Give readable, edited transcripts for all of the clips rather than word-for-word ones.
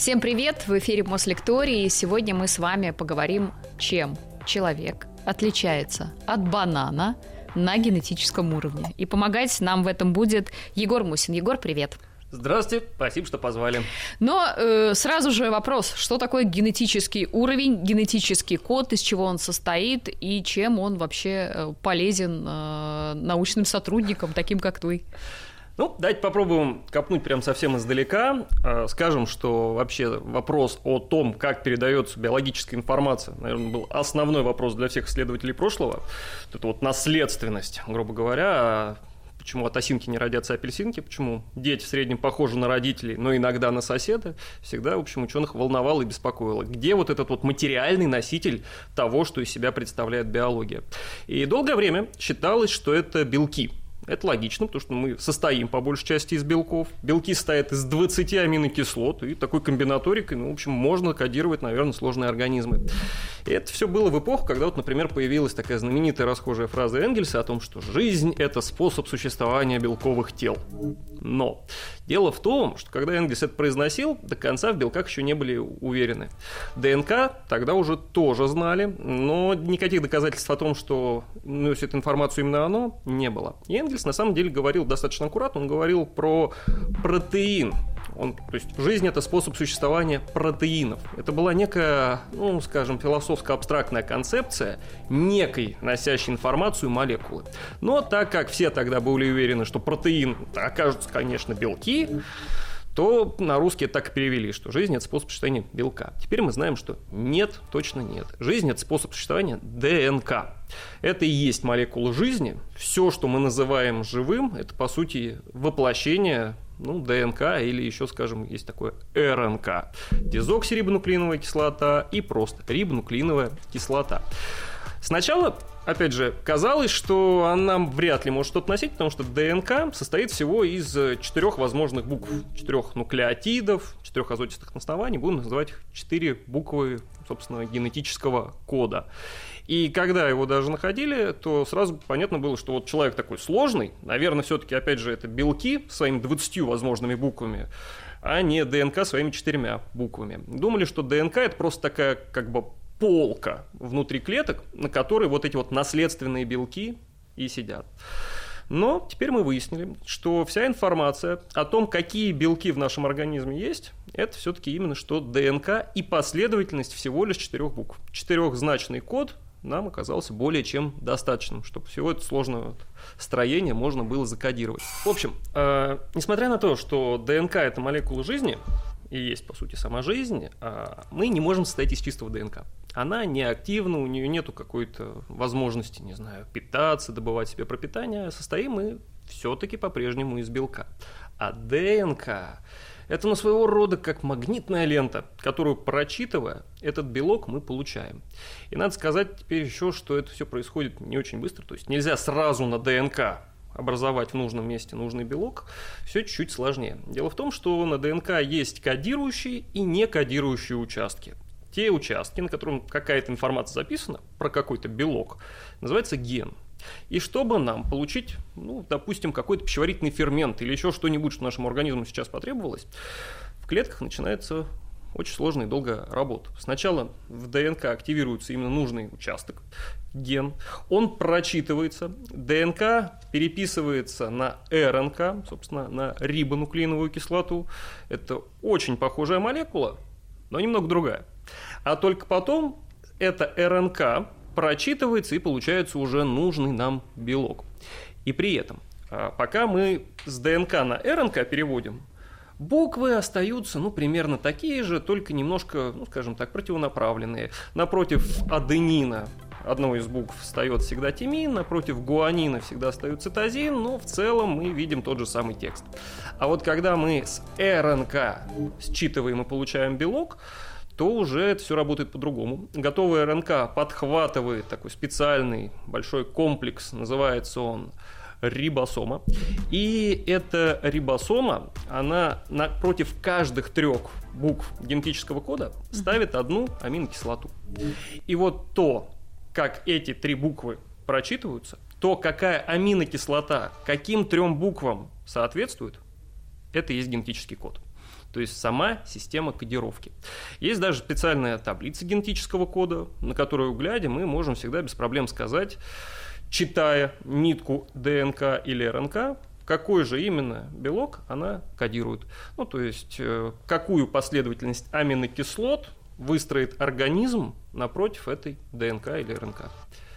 Всем привет! В эфире Мослекторий, и сегодня мы с вами поговорим, чем человек отличается от банана на генетическом уровне. И помогать нам в этом будет Егор Мусин. Егор, привет! Здравствуйте, спасибо, что позвали. Но сразу же вопрос, что такое генетический уровень, генетический код, из чего он состоит и чем он вообще полезен научным сотрудникам, таким как ты? Ну, давайте попробуем копнуть прям совсем издалека. Скажем, что вообще вопрос о том, как передается биологическая информация, наверное, был основной вопрос для всех исследователей прошлого. Это вот наследственность, грубо говоря. Почему от осинки не родятся апельсинки, почему дети в среднем похожи на родителей, но иногда на соседа, всегда, в общем, ученых волновало и беспокоило. Где вот этот вот материальный носитель того, что из себя представляет биология? И долгое время считалось, что это белки. Это логично, потому что мы состоим по большей части из белков. Белки состоят из 20 аминокислот, и такой комбинаторикой, в общем, можно кодировать, наверное, сложные организмы. И это все было в эпоху, когда, вот, например, появилась такая знаменитая расхожая фраза Энгельса о том, что жизнь – это способ существования белковых тел. Но дело в том, что когда Энгельс это произносил, до конца в белках еще не были уверены. ДНК тогда уже тоже знали, но никаких доказательств о том, что носит информацию именно оно, не было. И Энгельс на самом деле говорил достаточно аккуратно, он говорил про протеин. То есть жизнь – это способ существования протеинов. Это была некая, скажем, философско-абстрактная концепция некой носящей информацию молекулы. Но так как все тогда были уверены, что протеин окажутся, конечно, белки, то на русский так и перевели, что жизнь – это способ существования белка. Теперь мы знаем, что нет, точно нет. Жизнь – это способ существования ДНК. Это и есть молекула жизни. Все, что мы называем живым, это, по сути, воплощение ДНК или еще, скажем, есть такое РНК. Дезоксирибонуклеиновая кислота и просто рибонуклеиновая кислота. Сначала, опять же, казалось, что она вряд ли может что-то носить, потому что ДНК состоит всего из 4 возможных букв, 4 нуклеотидов, 4 азотистых оснований, будем называть их 4 буквы, собственно, генетического кода. И когда его даже находили, то сразу понятно было, что вот человек такой сложный, наверное, все-таки, опять же, это белки своими 20 возможными буквами, а не ДНК своими 4 буквами. Думали, что ДНК – это просто такая, как бы, полка внутри клеток, на которой вот эти вот наследственные белки и сидят. Но теперь мы выяснили, что вся информация о том, какие белки в нашем организме есть, это все-таки именно что ДНК и последовательность всего лишь 4 букв. 4-значный код нам оказался более чем достаточным, чтобы всего это сложное строение можно было закодировать. В общем, несмотря на то, что ДНК – это молекула жизни, и есть, по сути, сама жизнь, мы не можем состоять из чистого ДНК. Она не активна, у нее нету какой-то возможности, не знаю, питаться, добывать себе пропитание. Состоим мы все-таки по-прежнему из белка. А ДНК – это своего рода как магнитная лента, которую, прочитывая, этот белок мы получаем. И надо сказать теперь еще, что это все происходит не очень быстро. То есть нельзя сразу на ДНК образовать в нужном месте нужный белок, все чуть-чуть сложнее. Дело в том, что на ДНК есть кодирующие и некодирующие участки. Те участки, на котором какая-то информация записана про какой-то белок, называется ген. И чтобы нам получить, допустим, какой-то пищеварительный фермент или еще что-нибудь, что нашему организму сейчас потребовалось, в клетках начинается очень сложная и долгая работа. Сначала в ДНК активируется именно нужный участок, ген, он прочитывается, ДНК переписывается на РНК, собственно, на рибонуклеиновую кислоту. Это очень похожая молекула, но немного другая. А только потом эта РНК прочитывается и получается уже нужный нам белок. И при этом, пока мы с ДНК на РНК переводим, буквы остаются, примерно такие же, только немножко, скажем так, противонаправленные. Напротив аденина одной из букв встает всегда тимин, напротив гуанина всегда встает цитозин, но в целом мы видим тот же самый текст. А вот когда мы с РНК считываем и получаем белок, то уже это все работает по-другому. Готовая РНК подхватывает такой специальный большой комплекс, называется он рибосома. И эта рибосома, она напротив каждых 3 букв генетического кода ставит одну аминокислоту. И вот то, как эти 3 буквы прочитываются, то, какая аминокислота каким 3 буквам соответствует, это и есть генетический код. то есть сама система кодировки. Есть даже специальная таблица генетического кода, на которую, глядя, мы можем всегда без проблем сказать, читая нитку ДНК или РНК, какой же именно белок она кодирует. Ну, то есть, какую последовательность аминокислот выстроит организм напротив этой ДНК или РНК.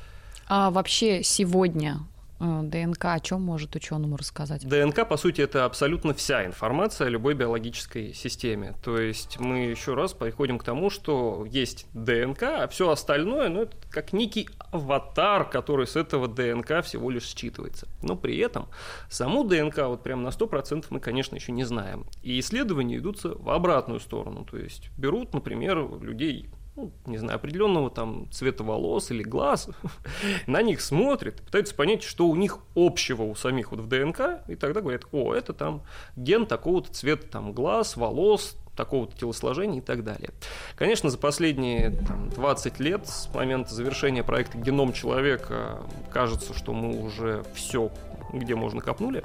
А вообще сегодня ДНК о чем может ученому рассказать? ДНК, по сути, это абсолютно вся информация о любой биологической системе. То есть мы еще раз приходим к тому, что есть ДНК, а все остальное, это как некий аватар, который с этого ДНК всего лишь считывается. Но при этом саму ДНК вот прям на 100% мы, конечно, еще не знаем. И исследования идутся в обратную сторону. То есть берут, например, людей, не знаю, определенного там цвета волос или глаз, на них смотрят, пытаются понять, что у них общего у самих вот в ДНК, и тогда говорят, это там ген такого-то цвета там глаз, волос, такого-то телосложения и так далее. Конечно, за последние 20 лет с момента завершения проекта «Геном человека» кажется, что мы уже все, где можно, копнули,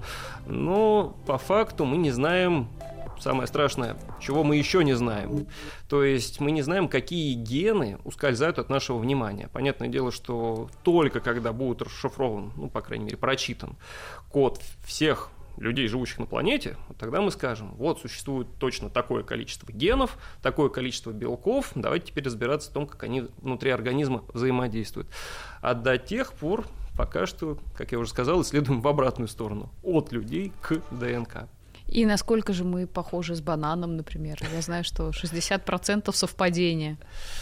но по факту мы не знаем. Самое страшное, чего мы еще не знаем. То есть мы не знаем, какие гены ускользают от нашего внимания. Понятное дело, что только когда будет расшифрован, по крайней мере, прочитан код всех людей, живущих на планете, тогда мы скажем, вот существует точно такое количество генов, такое количество белков, давайте теперь разбираться в том, как они внутри организма взаимодействуют. А до тех пор пока что, как я уже сказал, исследуем в обратную сторону, от людей к ДНК. И насколько же мы похожи с бананом, например? Я знаю, что 60% совпадения.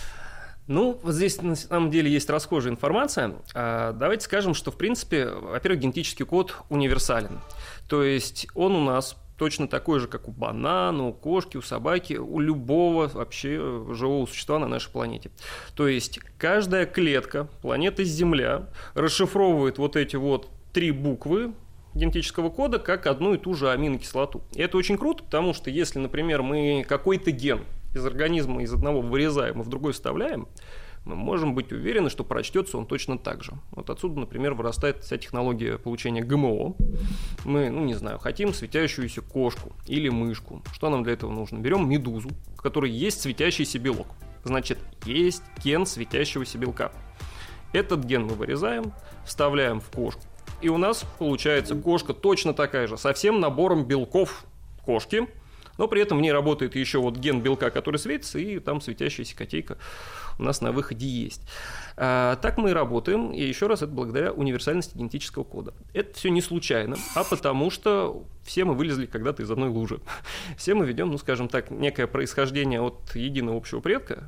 Вот здесь на самом деле есть расхожая информация. Давайте скажем, что, в принципе, во-первых, генетический код универсален. То есть он у нас точно такой же, как у банана, у кошки, у собаки, у любого вообще живого существа на нашей планете. То есть каждая клетка планеты Земля расшифровывает вот эти вот 3 буквы генетического кода как одну и ту же аминокислоту. И это очень круто, потому что если, например, мы какой-то ген из организма из одного вырезаем и в другой вставляем, мы можем быть уверены, что прочтется он точно так же. Вот отсюда, например, вырастает вся технология получения ГМО. Мы, хотим светящуюся кошку или мышку. Что нам для этого нужно? Берем медузу, в которой есть светящийся белок. Значит, есть ген светящегося белка. Этот ген мы вырезаем, вставляем в кошку. И у нас получается кошка точно такая же, со всем набором белков кошки, но при этом в ней работает еще вот ген белка, который светится, и там светящаяся котейка у нас на выходе есть. Так мы и работаем, и еще раз, это благодаря универсальности генетического кода. Это все не случайно, а потому что все мы вылезли когда-то из одной лужи. Все мы ведем, некое происхождение от единого общего предка,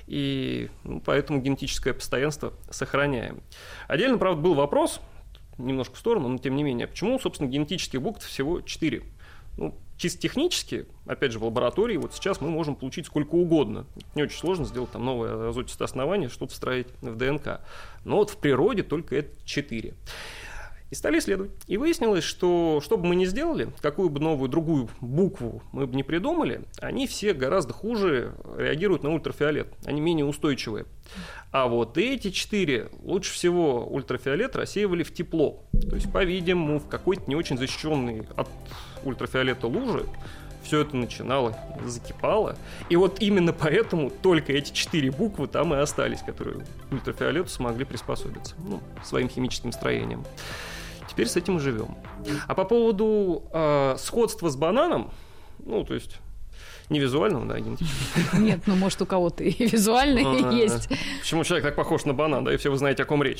и поэтому генетическое постоянство сохраняем. Отдельно, правда, был вопрос, немножко в сторону, но тем не менее, почему, собственно, генетических букв всего 4? Чисто технически, опять же, в лаборатории, вот сейчас мы можем получить сколько угодно. Не очень сложно сделать там новое азотистое основание, что-то встроить в ДНК. Но вот в природе только это 4. И стали исследовать. И выяснилось, что бы мы ни сделали, какую бы новую другую букву мы бы не придумали, они все гораздо хуже реагируют на ультрафиолет. Они менее устойчивые. А вот эти 4 лучше всего ультрафиолет рассеивали в тепло. То есть, по-видимому, в какой-то не очень защищенной от ультрафиолета луже все это начинало, закипало. И вот именно поэтому только эти 4 буквы там и остались, которые к ультрафиолету смогли приспособиться своим химическим строением. Теперь с этим и живем. А по поводу сходства с бананом, то есть не визуального, да, генетического. Нет, может, у кого-то и визуально есть. Почему человек так похож на банан, да, и все вы знаете, о ком речь.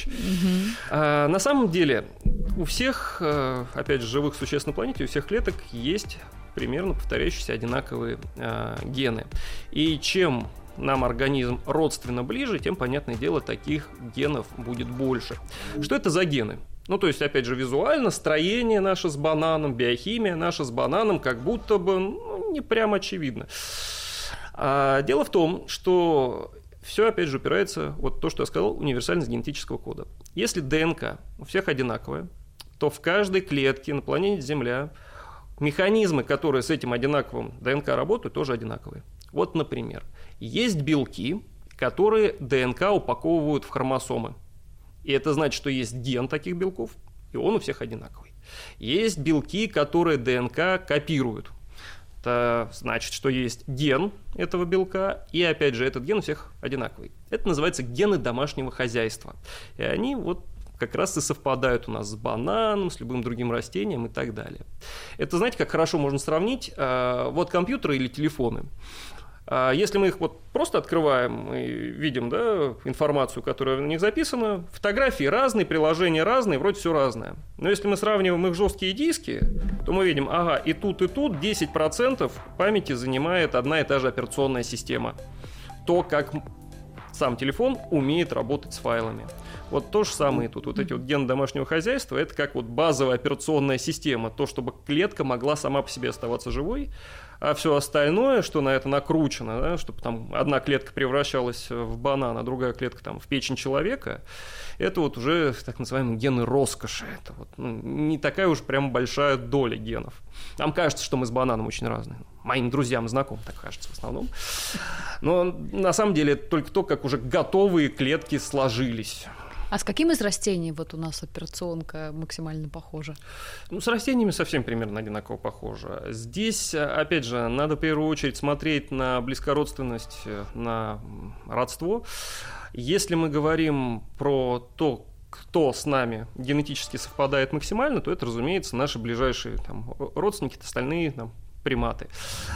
На самом деле у всех, опять же, живых существ на планете, у всех клеток есть примерно повторяющиеся одинаковые гены. И чем нам организм родственно ближе, тем, понятное дело, таких генов будет больше. Что это за гены? То есть, опять же, визуально строение наше с бананом, биохимия наша с бананом как будто бы не прям очевидно. Дело в том, что все, опять же, упирается вот то, что я сказал, универсальность генетического кода. Если ДНК у всех одинаковая, то в каждой клетке на планете Земля механизмы, которые с этим одинаковым ДНК работают, тоже одинаковые. Вот, например, есть белки, которые ДНК упаковывают в хромосомы. И это значит, что есть ген таких белков, и он у всех одинаковый. Есть белки, которые ДНК копируют. Это значит, что есть ген этого белка, и, опять же, этот ген у всех одинаковый. Это называется гены домашнего хозяйства. И они вот как раз и совпадают у нас с бананом, с любым другим растением и так далее. Это, знаете, как хорошо можно сравнить вот компьютеры или телефоны. Если мы их вот просто открываем и видим, да, информацию, которая в них записана, фотографии разные, приложения разные, вроде все разное. Но если мы сравниваем их жесткие диски, то мы видим, ага, и тут 10% памяти занимает одна и та же операционная система. То, как сам телефон умеет работать с файлами. Вот то же самое и тут. Вот эти вот гены домашнего хозяйства, это как вот базовая операционная система, то, чтобы клетка могла сама по себе оставаться живой, а все остальное, что на это накручено, да, чтобы там одна клетка превращалась в банан, а другая клетка там в печень человека, это вот уже так называемые гены роскоши. Это вот, не такая уж прям большая доля генов. Нам кажется, что мы с бананом очень разные. Моим друзьям и знакомым так кажется в основном. Но на самом деле это только то, как уже готовые клетки сложились. А с каким из растений вот у нас операционка максимально похожа? Ну, с растениями совсем примерно одинаково похоже. Здесь, опять же, надо в первую очередь смотреть на близкородственность, на родство. Если мы говорим про то, кто с нами генетически совпадает максимально, то это, разумеется, наши ближайшие там, родственники, остальные там, приматы.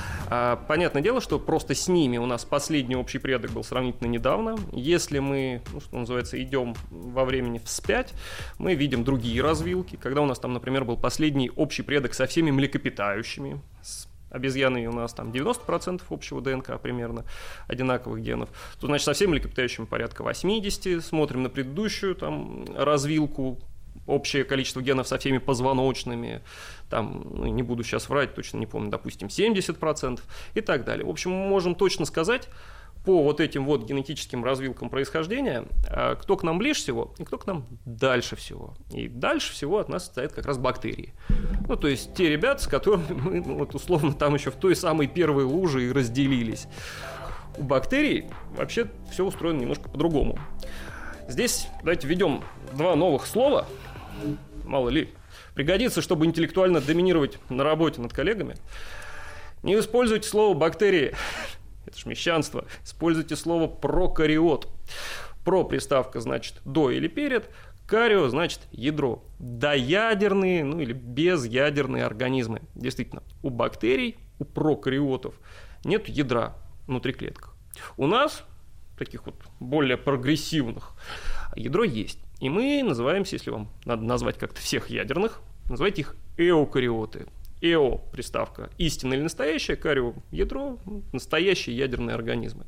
Понятное дело, что просто с ними у нас последний общий предок был сравнительно недавно. Если мы, что называется, идем во времени вспять, мы видим другие развилки. Когда у нас там, например, был последний общий предок со всеми млекопитающими, с обезьяной у нас там 90% общего ДНК примерно, одинаковых генов, то, значит, со всеми млекопитающими порядка 80. Смотрим на предыдущую там развилку, общее количество генов со всеми позвоночными, там, не буду сейчас врать, точно не помню, допустим, 70% и так далее. В общем, мы можем точно сказать по вот этим вот генетическим развилкам происхождения, кто к нам ближе всего и кто к нам дальше всего. И дальше всего от нас стоят как раз бактерии. Ну, то есть те ребята, с которыми мы, вот, условно, там еще в той самой первой луже и разделились. У бактерий вообще все устроено немножко по-другому. Здесь давайте введем два новых слова, мало ли, пригодится, чтобы интеллектуально доминировать на работе над коллегами. Не используйте слово «бактерии», это ж мещанство, используйте слово «прокариот». Про приставка значит «до» или «перед», карио значит «ядро». Доядерные, ну или безъядерные организмы. Действительно, у бактерий, у прокариотов нет ядра внутри клеток. У нас таких вот более прогрессивных, ядро есть. И мы называемся, если вам надо назвать как-то всех ядерных, называйте их эукариоты. Эо – приставка истинное или настоящее, карио – ядро, настоящие ядерные организмы.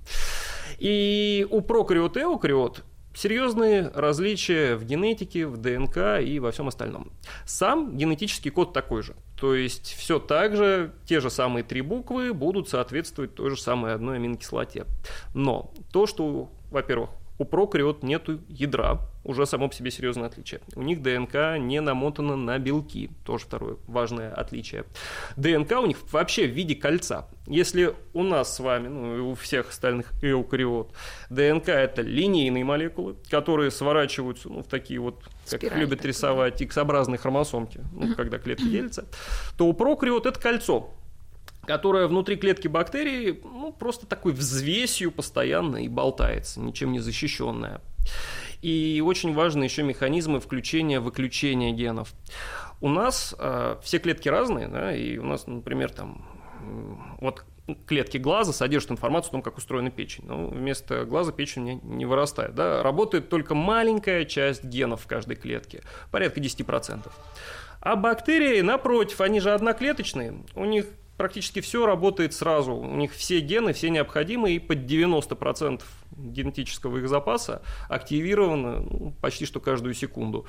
И у прокариот и эукариот серьезные различия в генетике, в ДНК и во всем остальном. Сам генетический код такой же. То есть все так же, те же самые 3 буквы будут соответствовать той же самой одной аминокислоте. Но то, что, во-первых, у прокариот нету ядра, уже само по себе серьезное отличие. У них ДНК не намотана на белки, тоже второе важное отличие. ДНК у них вообще в виде кольца. Если у нас с вами, ну и у всех остальных эукариот, ДНК это линейные молекулы, которые сворачиваются в такие вот, как спираль, любят рисовать, X-образные хромосомки, когда клетки делятся, то у прокариот это кольцо, которая внутри клетки бактерии просто такой взвесью постоянно и болтается, ничем не защищенная. И очень важны еще механизмы включения-выключения генов. У нас все клетки разные, да, и у нас, например, там, вот клетки глаза содержат информацию о том, как устроена печень. Но вместо глаза печень не вырастает. Да? Работает только маленькая часть генов в каждой клетке, порядка 10%. А бактерии, напротив, они же одноклеточные, у них практически все работает сразу. У них все гены, все необходимые, и под 90% генетического их запаса активировано почти что каждую секунду.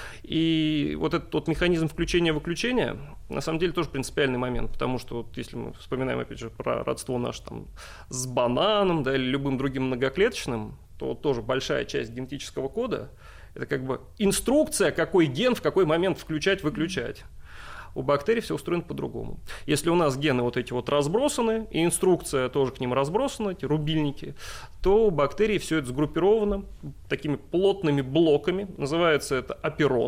И вот этот вот механизм включения-выключения на самом деле тоже принципиальный момент, потому что вот если мы вспоминаем, опять же, про родство наше там, с бананом, да, или любым другим многоклеточным, то тоже большая часть генетического кода – это как бы инструкция, какой ген в какой момент включать-выключать. У бактерий все устроено по-другому. Если у нас гены вот эти вот разбросаны, и инструкция тоже к ним разбросана, эти рубильники, то у бактерий все это сгруппировано такими плотными блоками. Называется это аперон.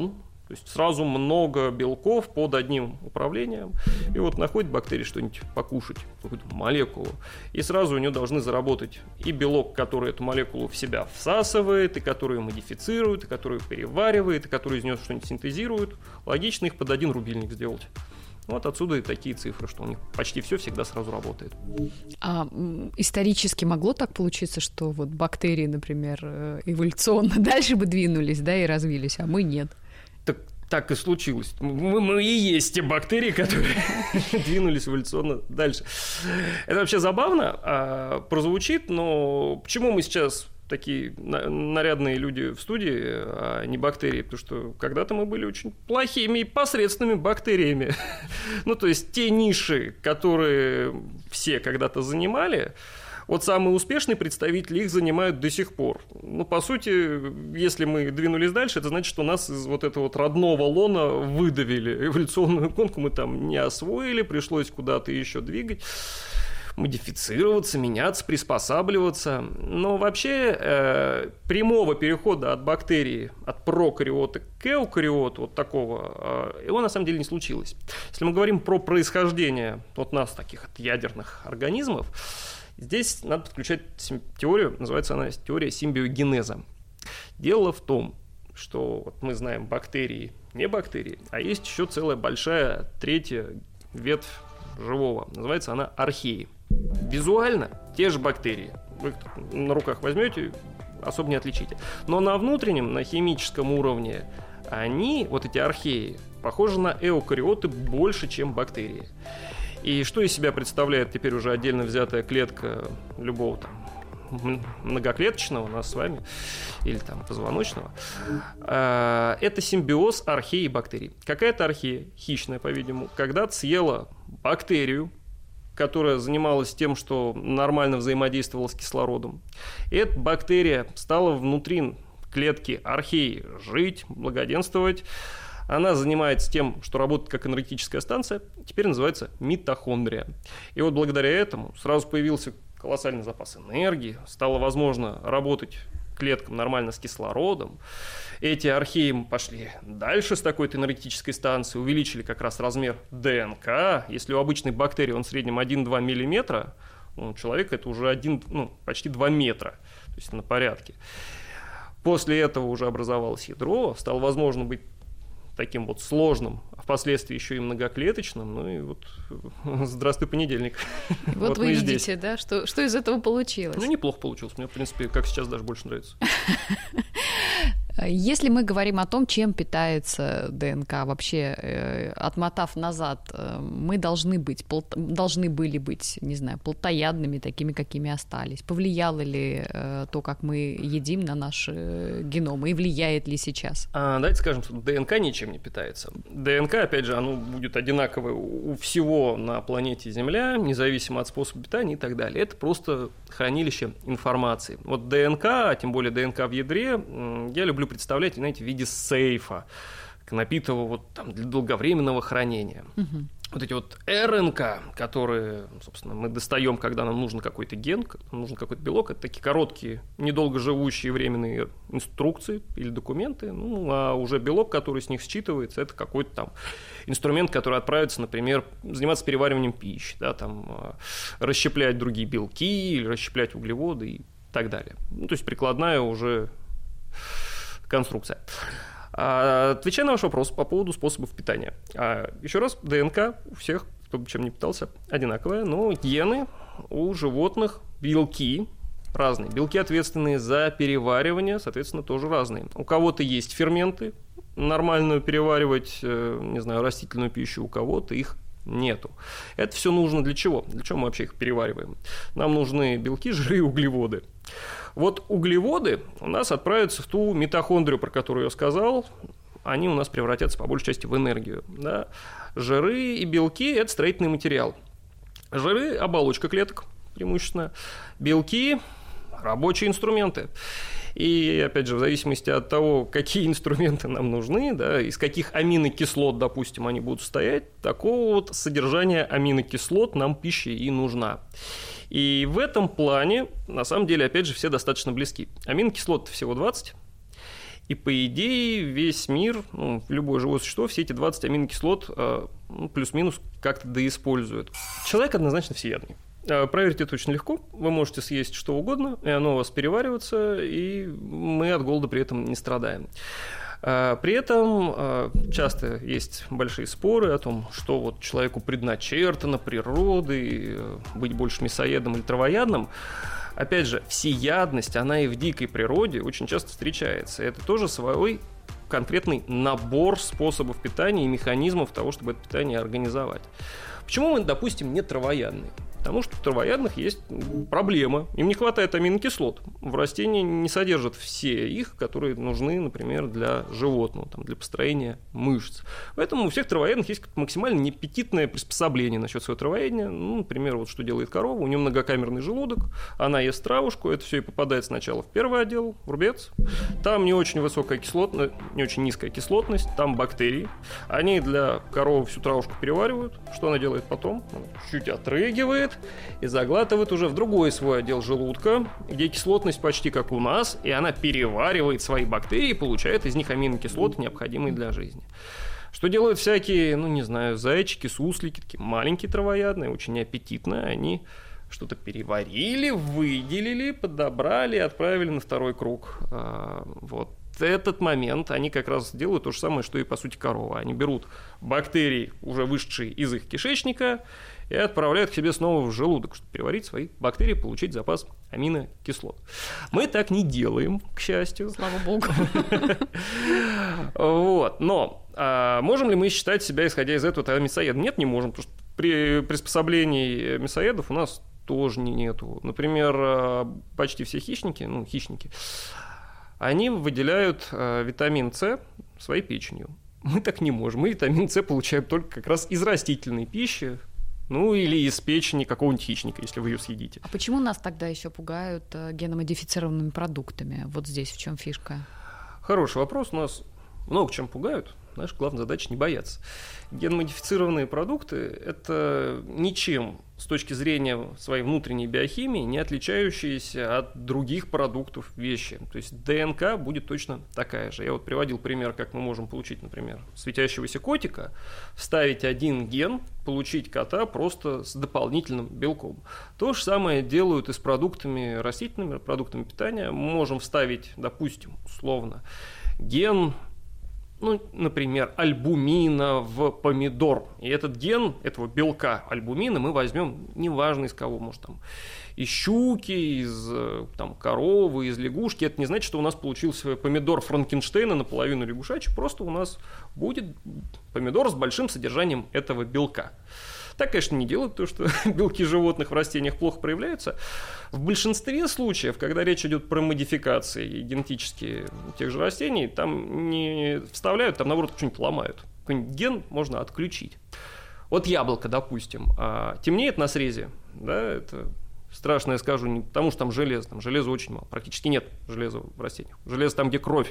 То есть сразу много белков под одним управлением. И вот находит бактерия что-нибудь покушать, какую-то молекулу. И сразу у нее должны заработать и белок, который эту молекулу в себя всасывает, и который ее модифицирует, и который ее переваривает, и который из нее что-нибудь синтезирует. Логично их под один рубильник сделать. Вот отсюда и такие цифры, что у них почти все всегда сразу работает. А исторически могло так получиться, что вот бактерии, например, эволюционно дальше бы двинулись, да, и развились, а мы нет? Так и случилось. Мы и есть те бактерии, которые двинулись эволюционно дальше. Это вообще забавно прозвучит, но почему мы сейчас такие нарядные люди в студии, а не бактерии? Потому что когда-то мы были очень плохими и посредственными бактериями. Ну, то есть те ниши, которые все когда-то занимали, вот самые успешные представители их занимают до сих пор. Ну, по сути, если мы двинулись дальше, это значит, что нас из вот этого вот родного лона выдавили. Эволюционную гонку мы там не освоили, пришлось куда-то еще двигать, модифицироваться, меняться, приспосабливаться. Но вообще прямого перехода от бактерии, от прокариота к эукариоту, вот такого, его на самом деле не случилось. Если мы говорим про происхождение от нас таких от ядерных организмов, здесь надо подключать теорию, называется она теория симбиогенеза. Дело в том, что вот мы знаем бактерии, не бактерии, а есть еще целая большая третья ветвь живого. Называется она археи. Визуально те же бактерии. Вы их на руках возьмете, особо не отличите. Но на внутреннем, на химическом уровне, они, вот эти археи, похожи на эукариоты больше, чем бактерии. И что из себя представляет теперь уже отдельно взятая клетка любого там многоклеточного у нас с вами, или там позвоночного? Это симбиоз археи и бактерий. Какая-то архея, хищная, по-видимому, когда-то съела бактерию, которая занималась тем, что нормально взаимодействовала с кислородом. И эта бактерия стала внутри клетки археи жить, благоденствовать. Она занимается тем, что работает как энергетическая станция, теперь называется митохондрия. И вот благодаря этому сразу появился колоссальный запас энергии, стало возможно работать клеткам нормально с кислородом. Эти археи пошли дальше с такой-то энергетической станции, увеличили как раз размер ДНК. Если у обычной бактерии он в среднем 1-2 миллиметра, у человека это уже почти 2 метра, то есть на порядке. После этого уже образовалось ядро, стало возможно быть таким вот сложным, а впоследствии еще и многоклеточным. Ну и вот здравствуй, понедельник. Вот вы видите, да, что из этого получилось? Ну, неплохо получилось. Мне, в принципе, как сейчас, даже больше нравится. Если мы говорим о том, чем питается ДНК, вообще, отмотав назад, мы должны были быть, не знаю, плотоядными, такими, какими остались. Повлияло ли то, как мы едим, на наш геном, и влияет ли сейчас? Давайте скажем, что ДНК ничем не питается. ДНК, опять же, оно будет одинаковое у всего на планете Земля, независимо от способа питания и так далее. Это просто хранилище информации. Вот ДНК, а тем более ДНК в ядре, я люблю представлять, знаете, в виде сейфа, напитого вот там для долговременного хранения. Угу. Вот эти вот РНК, которые, собственно, мы достаем, когда нам нужен какой-то ген, нам нужен какой-то белок, это такие короткие, недолго живущие временные инструкции или документы, а уже белок, который с них считывается, это какой-то там инструмент, который отправится, например, заниматься перевариванием пищи, да, там, расщеплять другие белки или расщеплять углеводы и так далее. То есть прикладная уже конструкция. Отвечая на ваш вопрос по поводу способов питания. Еще раз, ДНК у всех, кто бы чем ни питался, одинаковая, но гены у животных, белки разные. Белки, ответственные за переваривание, соответственно, тоже разные. У кого-то есть ферменты, нормально переваривать, не знаю, растительную пищу, у кого-то их нету. Это все нужно для чего? Для чего мы вообще их перевариваем? Нам нужны белки, жиры и углеводы. Вот углеводы у нас отправятся в ту митохондрию, про которую я сказал. Они у нас превратятся по большей части в энергию. Да? Жиры и белки – это строительный материал. Жиры – оболочка клеток преимущественно. Белки – рабочие инструменты. И, опять же, в зависимости от того, какие инструменты нам нужны, да, из каких аминокислот, допустим, они будут состоять, такого вот содержания аминокислот нам пища и нужна. И в этом плане, на самом деле, опять же, все достаточно близки. Аминокислот всего 20, И по идее весь мир, любое живое существо, все эти 20 аминокислот плюс-минус как-то доиспользует. Человек однозначно всеядный. Проверить это очень легко. Вы можете съесть что угодно, и оно у вас переваривается, и мы от голода при этом не страдаем. При этом часто есть большие споры о том, что вот человеку предначертано природой быть больше мясоедом или травоядным. Опять же, всеядность, она и в дикой природе очень часто встречается. Это тоже свой конкретный набор способов питания и механизмов того, чтобы это питание организовать. Почему мы, допустим, не травоядные? Потому что у травоядных есть проблема. Им не хватает аминокислот. В растении не содержат все их, которые нужны, например, для животного, для построения мышц. Поэтому у всех травоядных есть максимально неаппетитное приспособление насчет своего травоедения. например, вот что делает корова. У нее многокамерный желудок, она ест травушку, это все и попадает сначала в первый отдел, в рубец. Там не очень высокая кислотность, не очень низкая кислотность, там бактерии. Они для коровы всю травушку переваривают. Что она делает потом? Она чуть отрыгивает и заглатывает уже в другой свой отдел желудка, где кислотность почти как у нас, и она переваривает свои бактерии и получает из них аминокислоты, необходимые для жизни. Что делают всякие, зайчики, суслики, такие маленькие травоядные, очень неаппетитные, они что-то переварили, выделили, подобрали и отправили на второй круг. Вот. В этот момент они как раз делают то же самое, что и, по сути, корова. Они берут бактерии, уже вышедшие из их кишечника, и отправляют к себе снова в желудок, чтобы переварить свои бактерии, получить запас аминокислот. Мы так не делаем, к счастью. Слава богу. Вот. Но можем ли мы считать себя, исходя из этого, мясоедом? Нет, не можем, потому что при приспособлении мясоедов у нас тоже нету. Например, почти все хищники, они выделяют витамин С своей печенью. Мы так не можем. Мы витамин С получаем только как раз из растительной пищи, или из печени какого-нибудь хищника, если вы ее съедите. А почему нас тогда еще пугают геномодифицированными продуктами? Вот здесь в чем фишка? Хороший вопрос. Нас много чем пугают. Наша главная задача — не бояться. Геномодифицированные продукты – это ничем с точки зрения своей внутренней биохимии не отличающиеся от других продуктов вещи. То есть ДНК будет точно такая же. Я вот приводил пример, как мы можем получить, например, светящегося котика, вставить один ген, получить кота просто с дополнительным белком. То же самое делают и с продуктами растительными, продуктами питания. Мы можем вставить, допустим, условно, ген, например, альбумина в помидор. И этот ген, этого белка альбумина мы возьмем, неважно из кого, может, из щуки, из коровы, из лягушки. Это не значит, что у нас получился помидор Франкенштейна наполовину лягушачий, просто у нас будет помидор с большим содержанием этого белка. Так, конечно, не делают, потому что белки животных в растениях плохо проявляются. В большинстве случаев, когда речь идет про модификации генетические тех же растений, там не вставляют, там, наоборот, что-нибудь ломают. Какой-нибудь ген можно отключить. Вот яблоко, допустим, темнеет на срезе, да, это страшно, я скажу, не потому что там железа очень мало, практически нет железа в растениях. Железо там, где кровь.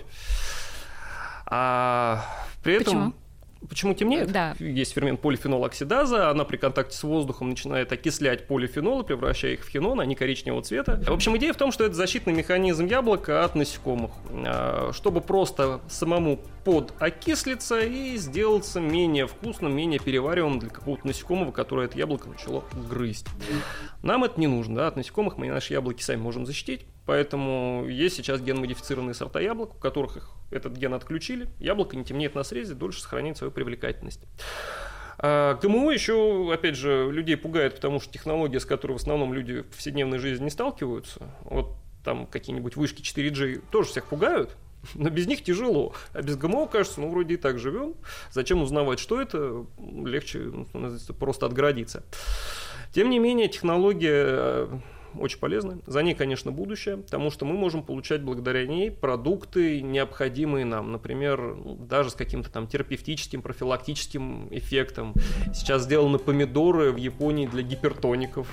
А при этом... Почему темнеет? Да. Есть фермент полифенолоксидаза, она при контакте с воздухом начинает окислять полифенолы, превращая их в хинон, они коричневого цвета. В общем, идея в том, что это защитный механизм яблока от насекомых, чтобы просто самому подокислиться и сделаться менее вкусным, менее перевариваемым для какого-то насекомого, которое это яблоко начало грызть. Нам это не нужно, да? От насекомых мы наши яблоки сами можем защитить, поэтому есть сейчас генмодифицированные сорта яблок, у которых этот ген отключили, яблоко не темнеет на срезе, дольше сохраняет свою привлекательность. ГМО еще, опять же, людей пугает, потому что технология, с которой в основном люди в повседневной жизни не сталкиваются, вот там какие-нибудь вышки 4G тоже всех пугают, но без них тяжело. А без ГМО, кажется, вроде и так живем. Зачем узнавать, что это? Легче просто отгородиться. Тем не менее, технология очень полезная. За ней, конечно, будущее, потому что мы можем получать благодаря ней продукты, необходимые нам. Например, даже с каким-то терапевтическим, профилактическим эффектом. Сейчас сделаны помидоры в Японии для гипертоников.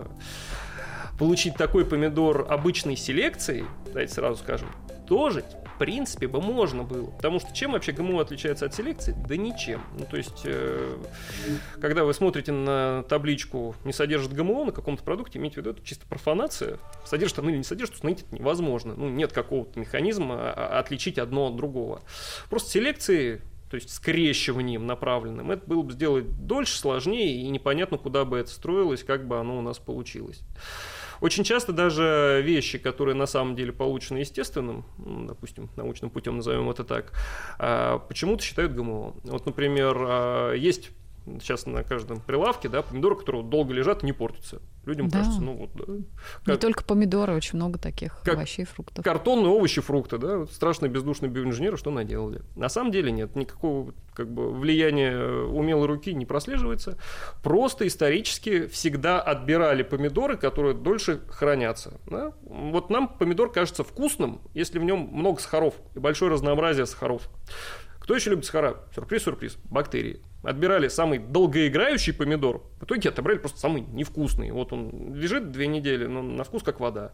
Получить такой помидор обычной селекции, давайте сразу скажем, тоже принципе бы можно было. Потому что чем вообще ГМО отличается от селекции? Да ничем. Ну, то есть, когда вы смотрите на табличку «не содержит ГМО» на каком-то продукте, имейте в виду, это чисто профанация. Содержит там или не содержит, установить это невозможно. Ну, нет какого-то механизма отличить одно от другого. Просто селекции, то есть скрещиванием направленным, это было бы сделать дольше, сложнее, и непонятно, куда бы это строилось, как бы оно у нас получилось. Очень часто даже вещи, которые на самом деле получены естественным, допустим, научным путем, назовем это так, почему-то считают ГМО. Вот, например, есть сейчас на каждом прилавке, да, помидоры, которые долго лежат и не портятся. Людям кажется, ну вот, да. Не только помидоры, очень много таких овощей, фруктов. Картонные овощи, фрукты, да, страшные бездушные биоинженеры что наделали. На самом деле нет, никакого как бы влияния умелой руки не прослеживается. Просто исторически всегда отбирали помидоры, которые дольше хранятся. Да? Вот нам помидор кажется вкусным, если в нем много сахаров и большое разнообразие сахаров. Кто еще любит сахара? Сюрприз, бактерии. Отбирали самый долгоиграющий помидор, в итоге отобрали просто самый невкусный. Вот он лежит 2 недели, но на вкус как вода.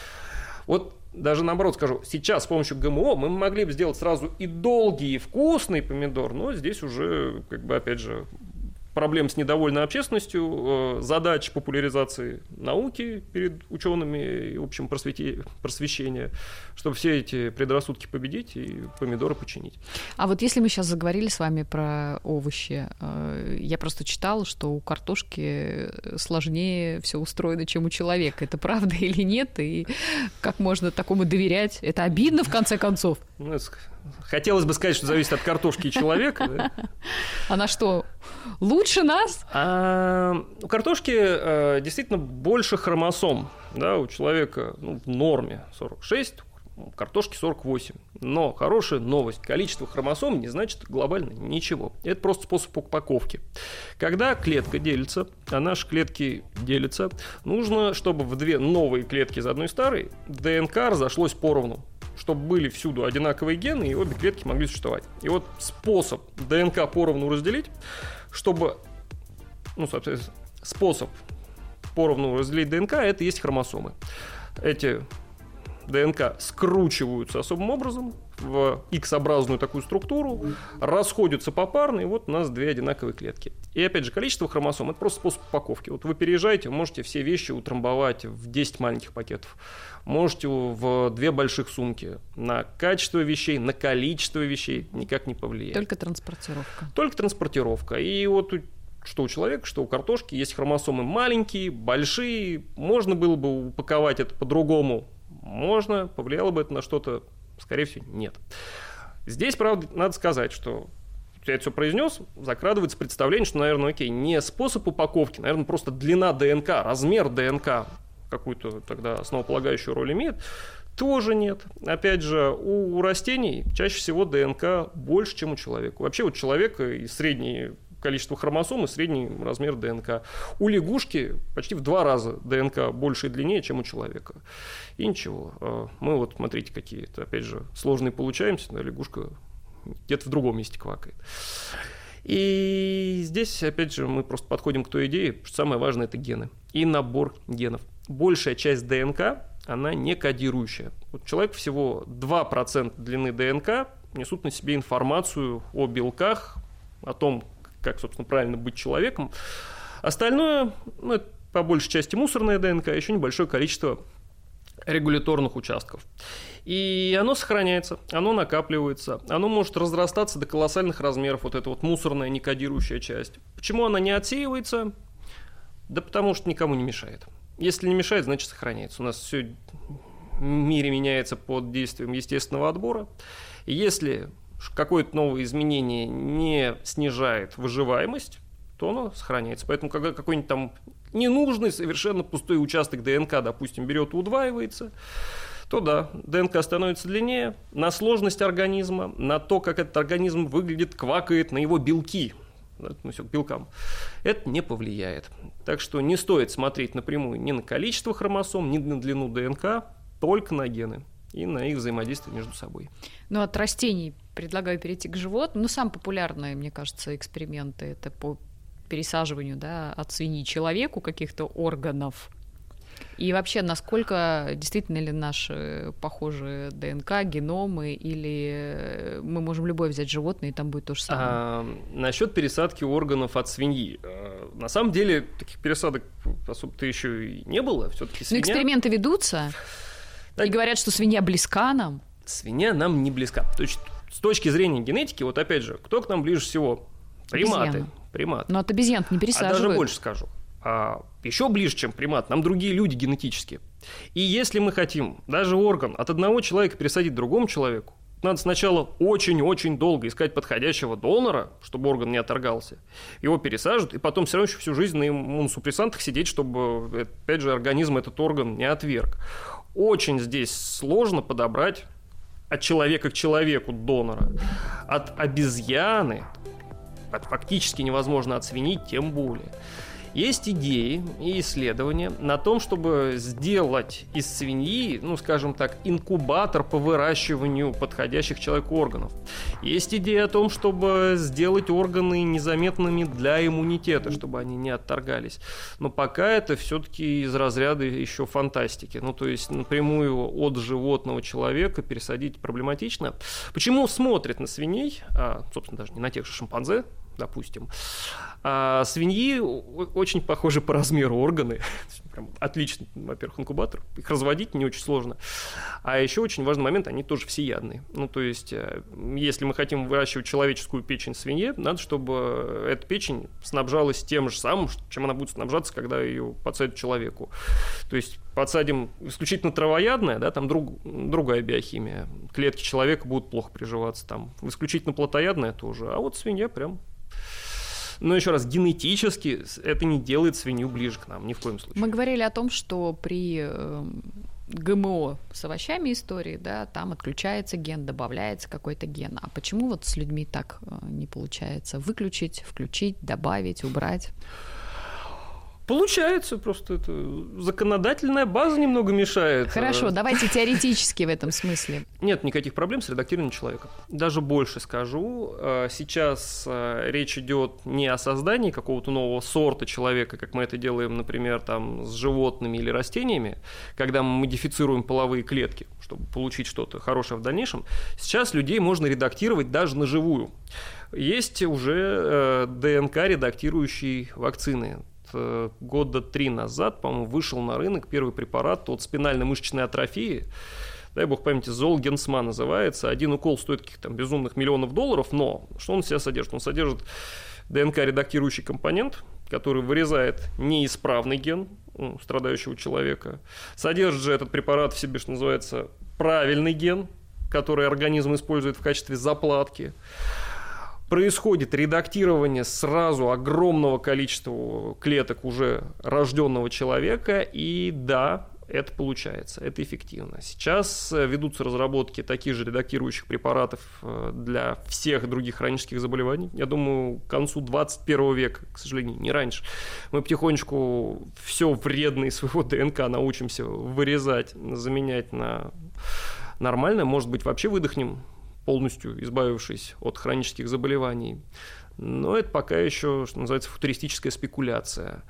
Вот даже наоборот скажу, сейчас с помощью ГМО мы могли бы сделать сразу и долгий, и вкусный помидор, но здесь уже, как бы, опять же, проблем с недовольной общественностью, задач популяризации науки перед учеными и общем просвещения, чтобы все эти предрассудки победить и помидоры починить. А вот если мы сейчас заговорили с вами про овощи, я просто читала, что у картошки сложнее все устроено, чем у человека. Это правда или нет? И как можно такому доверять? Это обидно, в конце концов? Хотелось бы сказать, что зависит от картошки и человека. Да? Она что, лучше нас? У картошки действительно больше хромосом. Да, у человека в норме 46, у картошки 48. Но хорошая новость. Количество хромосом не значит глобально ничего. Это просто способ упаковки. Когда клетка делится, а наши клетки делятся, нужно, чтобы в 2 новые клетки из одной старой ДНК разошлось поровну, чтобы были всюду одинаковые гены, и обе клетки могли существовать. И вот способ ДНК поровну разделить, чтобы, соответственно, способ поровну разделить ДНК, это и есть хромосомы. Эти ДНК скручиваются особым образом в X-образную такую структуру, расходятся попарно, и вот у нас 2 одинаковые клетки. И опять же, количество хромосом – это просто способ упаковки. Вот вы переезжаете, можете все вещи утрамбовать в 10 маленьких пакетов, можете в 2 больших сумки. На качество вещей, на количество вещей никак не повлияет. Только транспортировка. Только транспортировка. И вот что у человека, что у картошки есть хромосомы маленькие, большие. Можно было бы упаковать это по-другому. Можно, повлияло бы это на что-то? Скорее всего, нет. Здесь, правда, надо сказать, что я это все произнес, закрадывается представление, что, наверное, окей, не способ упаковки, наверное, просто длина ДНК, размер ДНК какую-то тогда основополагающую роль имеет. Тоже нет. Опять же, у растений чаще всего ДНК больше, чем у человека. Вообще у человека и среднее количество хромосом и средний размер ДНК. У лягушки почти в 2 раза ДНК больше и длиннее, чем у человека. И ничего. Мы вот, смотрите, какие-то, опять же, сложные получаемся, да, лягушка где-то в другом месте квакает. И здесь, опять же, мы просто подходим к той идее, что самое важное – это гены и набор генов. Большая часть ДНК, она не кодирующая. Вот человек всего 2% длины ДНК несут на себе информацию о белках, о том, как, собственно, правильно быть человеком. Остальное, это по большей части мусорная ДНК, еще небольшое количество регуляторных участков. И оно сохраняется, оно накапливается, оно может разрастаться до колоссальных размеров, вот эта вот мусорная некодирующая часть. Почему она не отсеивается? Да потому что никому не мешает. Если не мешает, значит сохраняется. У нас все в мире меняется под действием естественного отбора. И если какое-то новое изменение не снижает выживаемость, то оно сохраняется. Поэтому, когда какой-нибудь там ненужный, совершенно пустой участок ДНК, допустим, берет и удваивается, то да, ДНК становится длиннее. На сложность организма, на то, как этот организм выглядит, квакает, на его белки, к белкам, это не повлияет. Так что не стоит смотреть напрямую ни на количество хромосом, ни на длину ДНК, только на гены и на их взаимодействие между собой. Ну, от растений предлагаю перейти к животным. Ну, самые популярные, мне кажется, эксперименты – это по пересаживанию, да, от свиньи человеку каких-то органов. И вообще, насколько действительно ли наши похожи ДНК, геномы, или мы можем любое взять животное, и там будет то же самое? Насчет пересадки органов от свиньи. На самом деле, таких пересадок особо-то еще и не было. Все-таки свинья... Но эксперименты ведутся, и говорят, что свинья близка нам. Свинья нам не близка. То есть, с точки зрения генетики, вот опять же, кто к нам ближе всего? Приматы. Но от обезьян не пересаживают. А даже больше скажу. Еще ближе, чем примат, нам другие люди генетически. И если мы хотим даже орган от одного человека пересадить другому человеку, надо сначала очень-очень долго искать подходящего донора, чтобы орган не отторгался. Его пересаживают, и потом все равно еще всю жизнь на иммуносупрессантах сидеть, чтобы, опять же, организм этот орган не отверг. Очень здесь сложно подобрать от человека к человеку донора. От обезьяны, фактически невозможно от свиньи, тем более. Есть идеи и исследования на том, чтобы сделать из свиньи, скажем так, инкубатор по выращиванию подходящих человеку органов. Есть идея о том, чтобы сделать органы незаметными для иммунитета, чтобы они не отторгались. Но пока это все-таки из разряда еще фантастики. То есть напрямую от животного человека пересадить проблематично. Почему смотрят на свиней, собственно, даже не на тех же шимпанзе, допустим. А свиньи очень похожи по размеру органы. Прям отличный, во-первых, инкубатор. Их разводить не очень сложно. А еще очень важный момент, они тоже всеядные. То есть, если мы хотим выращивать человеческую печень свиньи, надо, чтобы эта печень снабжалась тем же самым, чем она будет снабжаться, когда ее подсадят человеку. То есть, подсадим исключительно травоядное, да, там другая биохимия. Клетки человека будут плохо приживаться. Там исключительно плотоядное тоже. А вот свинья прям... Но еще раз, генетически это не делает свинью ближе к нам, ни в коем случае. Мы говорили о том, что при ГМО с овощами истории, да, там отключается ген, добавляется какой-то ген. А почему вот с людьми так не получается? Выключить, включить, добавить, убрать? Получается, просто это законодательная база немного мешает. Хорошо, давайте теоретически в этом смысле. Нет никаких проблем с редактированием человека. Даже больше скажу, сейчас речь идет не о создании какого-то нового сорта человека, как мы это делаем, например, там, с животными или растениями, когда мы модифицируем половые клетки, чтобы получить что-то хорошее в дальнейшем. Сейчас людей можно редактировать даже на живую. Есть уже ДНК-редактирующие вакцины. Года 3 назад, по-моему, вышел на рынок первый препарат от спинально-мышечной атрофии. Дай бог памяти, Золгенсма называется. Один укол стоит каких-то там безумных миллионов $, но что он в себя содержит? Он содержит ДНК-редактирующий компонент, который вырезает неисправный ген страдающего человека. Содержит же этот препарат в себе, что называется, правильный ген, который организм использует в качестве заплатки. Происходит редактирование сразу огромного количества клеток уже рожденного человека, и да, это получается, это эффективно. Сейчас ведутся разработки таких же редактирующих препаратов для всех других хронических заболеваний. Я думаю, к концу 21 века, к сожалению, не раньше, мы потихонечку все вредное из своего ДНК научимся вырезать, заменять на нормальное. Может быть, вообще выдохнем, полностью избавившись от хронических заболеваний. Но это пока еще, что называется, футуристическая спекуляция.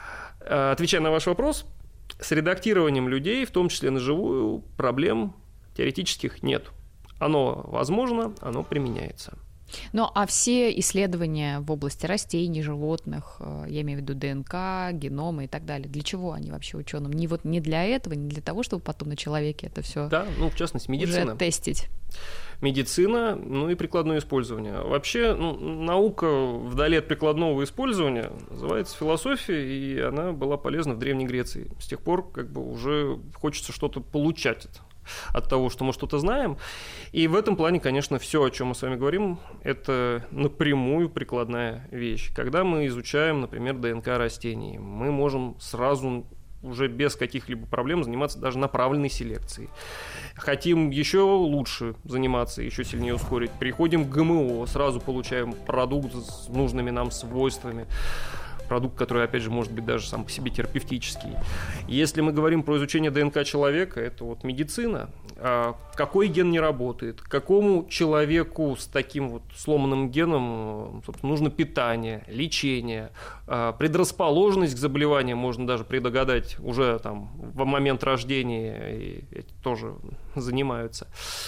Отвечая на ваш вопрос, с редактированием людей, в том числе на живую, проблем теоретических нет. Оно возможно, оно применяется. Ну, а все исследования в области растений, животных, я имею в виду ДНК, геномы и так далее, для чего они вообще ученым? Не для этого, не для того, чтобы потом на человеке это все в частности, медицина. Уже тестить. Медицина, и прикладное использование. Вообще, наука вдали от прикладного использования называется философия, и она была полезна в Древней Греции. С тех пор уже хочется что-то получать от того, что мы что-то знаем. И в этом плане, конечно, все, о чем мы с вами говорим, это напрямую прикладная вещь. Когда мы изучаем, например, ДНК растений, мы можем сразу уже без каких-либо проблем заниматься даже направленной селекцией. Хотим еще лучше заниматься, еще сильнее ускорить, переходим к ГМО, сразу получаем продукт с нужными нам свойствами. Продукт, который, опять же, может быть даже сам по себе терапевтический. Если мы говорим про изучение ДНК человека, это медицина. какой ген не работает, какому человеку с таким вот сломанным геном, собственно, нужно питание, лечение, предрасположенность к заболеваниям можно даже предугадать уже там в момент рождения, и эти тоже занимаются.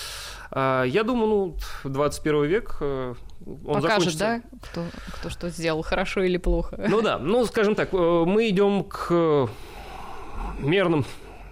Я думаю, в 21 век он покажет, закончится. Да, кто что сделал, хорошо или плохо. Ну да, скажем так, мы идем к верным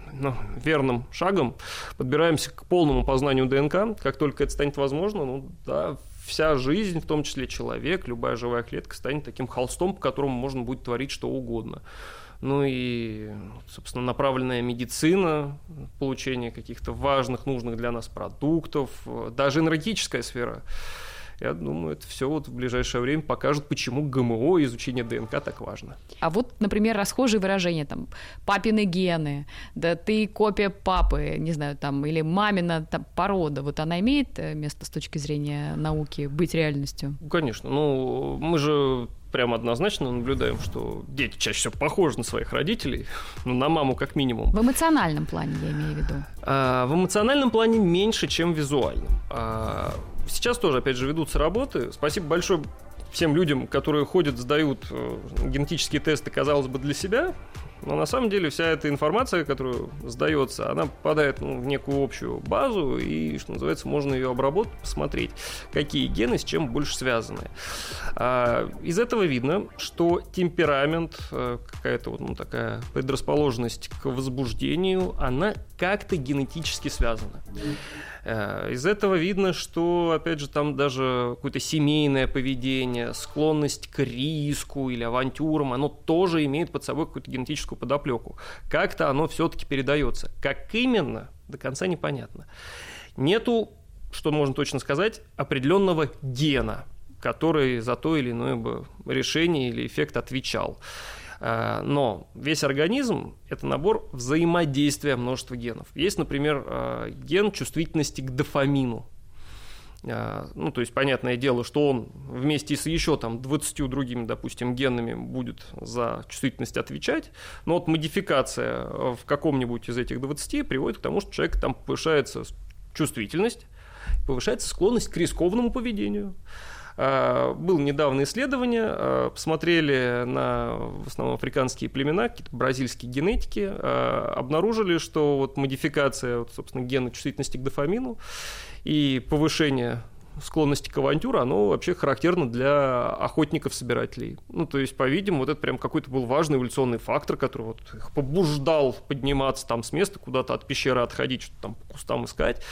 шагом, подбираемся к полному познанию ДНК. Как только это станет возможно, вся жизнь, в том числе человек, любая живая клетка, станет таким холстом, по которому можно будет творить что угодно. И, собственно, направленная медицина, получение каких-то важных, нужных для нас продуктов, даже энергетическая сфера. Я думаю, это все в ближайшее время покажет, почему ГМО и изучение ДНК так важно. А вот, например, расхожие выражения, там, папины гены, да ты копия папы, не знаю, там, или мамина там, порода, вот она имеет место с точки зрения науки быть реальностью? Конечно, мы же прямо однозначно наблюдаем, что дети чаще всего похожи на своих родителей, на маму как минимум. В эмоциональном плане я имею в виду. В эмоциональном плане меньше, чем в визуальном. Сейчас тоже, опять же, ведутся работы. Спасибо большое всем людям, которые ходят, сдают генетические тесты, казалось бы, для себя. Но на самом деле вся эта информация, которая сдается, она попадает в некую общую базу, и, что называется, можно ее обработать, посмотреть, какие гены с чем больше связаны. Из этого видно, что темперамент, какая-то такая предрасположенность к возбуждению, она как-то генетически связана. Из этого видно, что, опять же, там даже какое-то семейное поведение, склонность к риску или авантюрам, оно тоже имеет под собой какую-то генетическую подоплеку. Как-то оно все-таки передается. Как именно, до конца непонятно. Нету, что можно точно сказать, определенного гена, который за то или иное бы решение или эффект отвечал. Но весь организм – это набор взаимодействия множества генов. Есть, например, ген чувствительности к дофамину. То есть, понятное дело, что он вместе с еще 20 другими, допустим, генами будет за чувствительность отвечать, но модификация в каком-нибудь из этих 20 приводит к тому, что у человека там повышается чувствительность, повышается склонность к рискованному поведению. Было недавно исследование, посмотрели на в основном африканские племена, какие-то бразильские генетики, обнаружили, что модификация, собственно, гена чувствительности к дофамину и повышение склонности к авантюре, оно вообще характерно для охотников-собирателей. То есть, по-видимому, это прям какой-то был важный эволюционный фактор, который их побуждал подниматься там с места, куда-то от пещеры отходить, что-то там по кустам искать.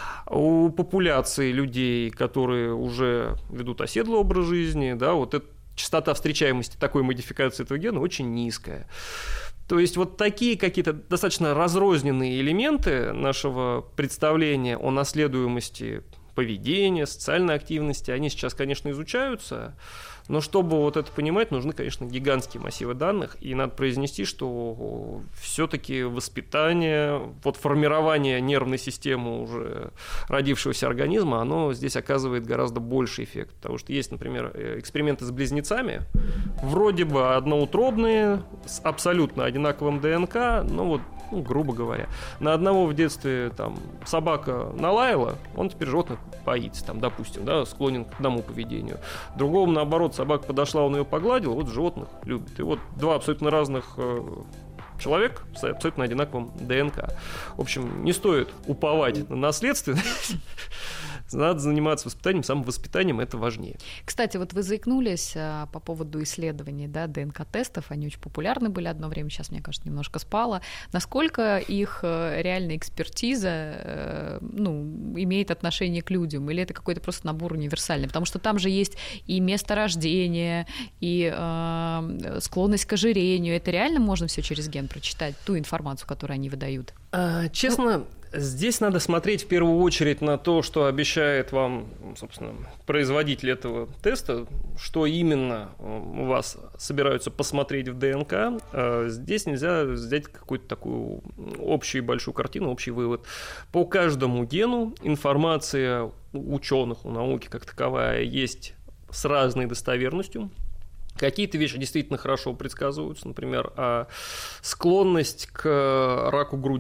У популяции людей, которые уже ведут оседлый образ жизни, эта частота встречаемости такой модификации этого гена очень низкая. То есть такие какие-то достаточно разрозненные элементы нашего представления о наследуемости поведения, социальной активности, они сейчас, конечно, изучаются, но чтобы это понимать, нужны, конечно, гигантские массивы данных, и надо произнести, что все-таки воспитание, формирование нервной системы уже родившегося организма, оно здесь оказывает гораздо больший эффект, потому что есть, например, эксперименты с близнецами, вроде бы одноутробные, с абсолютно одинаковым ДНК, но грубо говоря, на одного в детстве собака налаяла, он теперь животных боится, допустим, склонен к одному поведению. Другому, наоборот, собака подошла, он ее погладил, животных любит. И два абсолютно разных человека с абсолютно одинаковым ДНК. В общем, не стоит уповать на наследственность. Надо заниматься воспитанием, самовоспитанием, это важнее. Кстати, вы заикнулись по поводу исследований, ДНК-тестов, они очень популярны были одно время, сейчас, мне кажется, немножко спало. Насколько их реальная экспертиза имеет отношение к людям, или это какой-то просто набор универсальный? Потому что там же есть и место рождения, и склонность к ожирению. Это реально можно все через ген прочитать, ту информацию, которую они выдают? Честно, здесь надо смотреть в первую очередь на то, что обещает вам, собственно, производитель этого теста, что именно у вас собираются посмотреть в ДНК. Здесь нельзя взять какую-то такую общую большую картину, общий вывод. По каждому гену информация у ученых, у науки как таковая есть с разной достоверностью. Какие-то вещи действительно хорошо предсказываются, например, склонность к раку груди.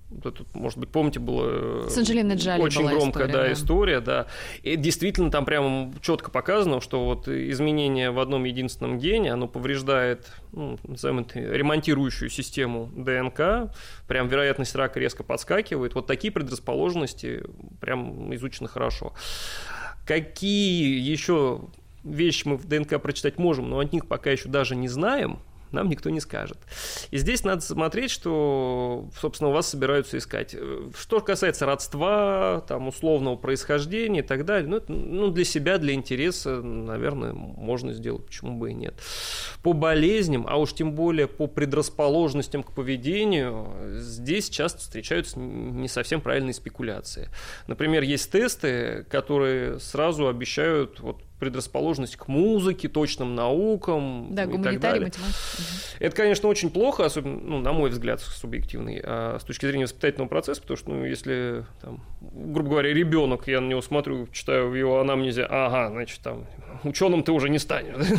Тут, может быть, помните, была с Анджелиной Джоли очень была громкая история, да. И действительно там прямо четко показано, что вот изменение в одном единственном гене, оно повреждает, назовем это, ремонтирующую систему ДНК, прям вероятность рака резко подскакивает. Вот такие предрасположенности прям изучены хорошо. Какие еще вещи мы в ДНК прочитать можем, но о них пока еще даже не знаем, нам никто не скажет. И здесь надо смотреть, что, собственно, у вас собираются искать. Что касается родства, там, условного происхождения и так далее, для себя, для интереса, наверное, можно сделать, почему бы и нет. По болезням, а уж тем более по предрасположенностям к поведению, здесь часто встречаются не совсем правильные спекуляции. Например, есть тесты, которые сразу обещают предрасположенность к музыке, точным наукам, да, и гуманитарий, так далее. математика. Это, конечно, очень плохо, особенно, на мой взгляд, субъективный, с точки зрения воспитательного процесса, потому что, если, грубо говоря, ребенок, я на него смотрю, читаю в его анамнезе, значит, ученым ты уже не станешь.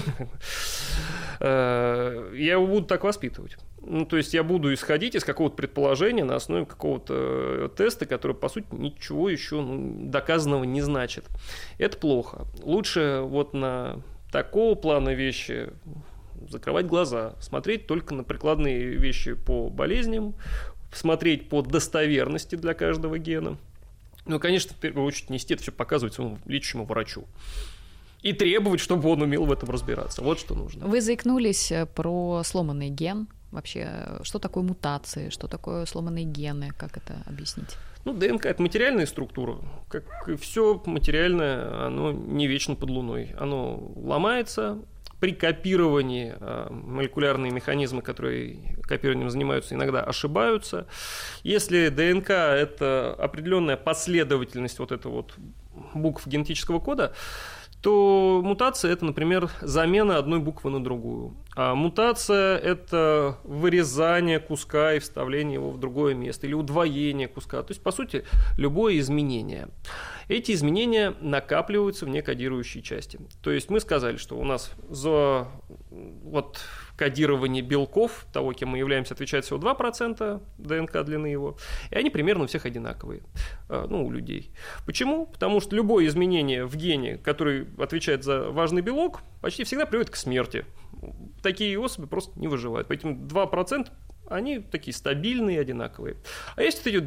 Я его буду так воспитывать. То есть я буду исходить из какого-то предположения на основе какого-то теста, который, по сути, ничего еще доказанного не значит. Это плохо. Лучше на такого плана вещи закрывать глаза, смотреть только на прикладные вещи по болезням, смотреть по достоверности для каждого гена. Конечно, в первую очередь нести это все показывать своему лечащему врачу. И требовать, чтобы он умел в этом разбираться. Вот что нужно. Вы заикнулись про сломанный ген. Вообще, что такое мутации, что такое сломанные гены, как это объяснить? ДНК – это материальная структура. Как и все материальное, оно не вечно под луной. Оно ломается. При копировании молекулярные механизмы, которые копированием занимаются, иногда ошибаются. Если ДНК – это определенная последовательность букв генетического кода, то мутация – это, например, замена одной буквы на другую. А мутация – это вырезание куска и вставление его в другое место, или удвоение куска. То есть, по сути, любое изменение. Эти изменения накапливаются в некодирующей части. То есть мы сказали, что у нас за кодирование белков, того, кем мы являемся, отвечает всего 2% ДНК длины его, и они примерно у всех одинаковые, у людей. Почему? Потому что любое изменение в гене, который отвечает за важный белок, почти всегда приводит к смерти. Такие особи просто не выживают. Поэтому 2% они такие стабильные, одинаковые. А есть идет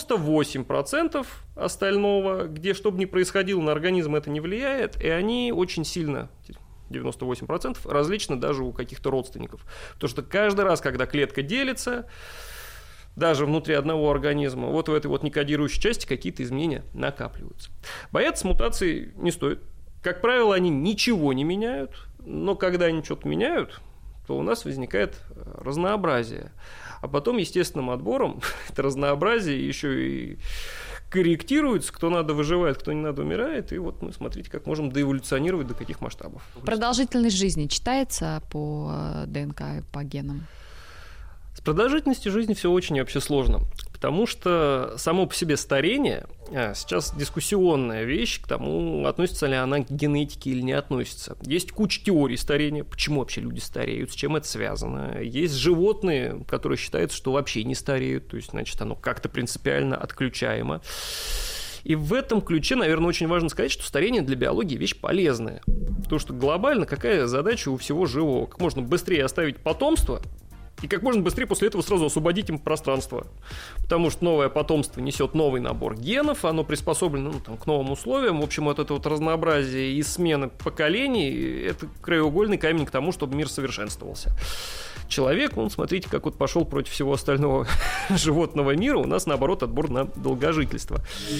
98% остального, где, что бы ни происходило, на организм это не влияет, и они очень сильно, 98%, различны даже у каких-то родственников. Потому что каждый раз, когда клетка делится, даже внутри одного организма, в этой некодирующей части какие-то изменения накапливаются. Бояться мутаций не стоит. Как правило, они ничего не меняют, но когда они что-то меняют, то у нас возникает разнообразие. А потом естественным отбором это разнообразие еще и корректируется, кто надо выживает, кто не надо умирает. И мы смотрите, как можем доэволюционировать до каких масштабов. Продолжительность жизни читается по ДНК, по генам? С продолжительностью жизни все очень вообще сложно, потому что само по себе старение сейчас дискуссионная вещь к тому, относится ли она к генетике или не относится. Есть куча теорий старения, почему вообще люди стареют, с чем это связано. Есть животные, которые считают, что вообще не стареют, то есть, значит, оно как-то принципиально отключаемо. И в этом ключе, наверное, очень важно сказать, что старение для биологии вещь полезная. Потому что глобально какая задача у всего живого? Как можно быстрее оставить потомство, и как можно быстрее после этого сразу освободить им пространство. Потому что новое потомство несет новый набор генов, оно приспособлено к новым условиям. В общем, это разнообразие и смена поколений – это краеугольный камень к тому, чтобы мир совершенствовался. Человек, смотрите, как пошел против всего остального животного мира, у нас, наоборот, отбор на долгожительство.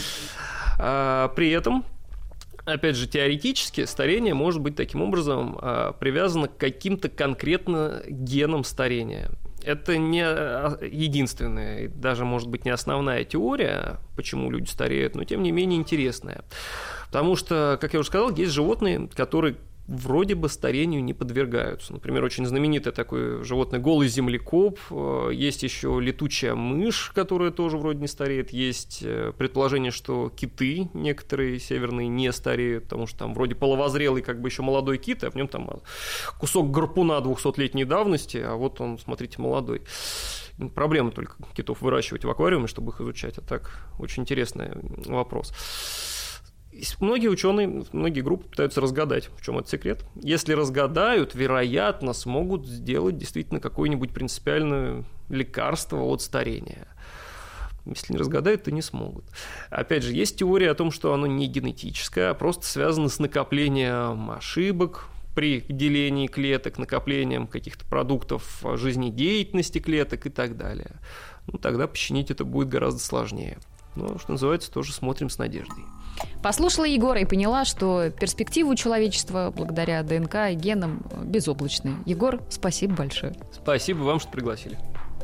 При этом, опять же, теоретически старение может быть таким образом привязано к каким-то конкретно генам старения. Это не единственная, даже, может быть, не основная теория, почему люди стареют, но, тем не менее, интересная. Потому что, как я уже сказал, есть животные, которые вроде бы старению не подвергаются. Например, очень знаменитое такое животное голый землекоп, есть еще летучая мышь, которая тоже вроде не стареет, есть предположение, что киты некоторые северные не стареют, потому что там вроде половозрелый как бы еще молодой кит, а в нем там кусок гарпуна 200-летней давности, а вот он, смотрите, молодой. Проблема только китов выращивать в аквариуме, чтобы их изучать, а так очень интересный вопрос. Многие ученые, многие группы пытаются разгадать, в чем этот секрет. Если разгадают, вероятно, смогут сделать действительно какое-нибудь принципиальное лекарство от старения. Если не разгадают, то не смогут. Опять же, есть теория о том, что оно не генетическое, а просто связано с накоплением ошибок при делении клеток, накоплением каких-то продуктов жизнедеятельности клеток и так далее. Тогда починить это будет гораздо сложнее. Но, что называется, тоже смотрим с надеждой. Послушала Егора и поняла, что перспективы у человечества благодаря ДНК и генам безоблачные. Егор, спасибо большое. Спасибо вам, что пригласили.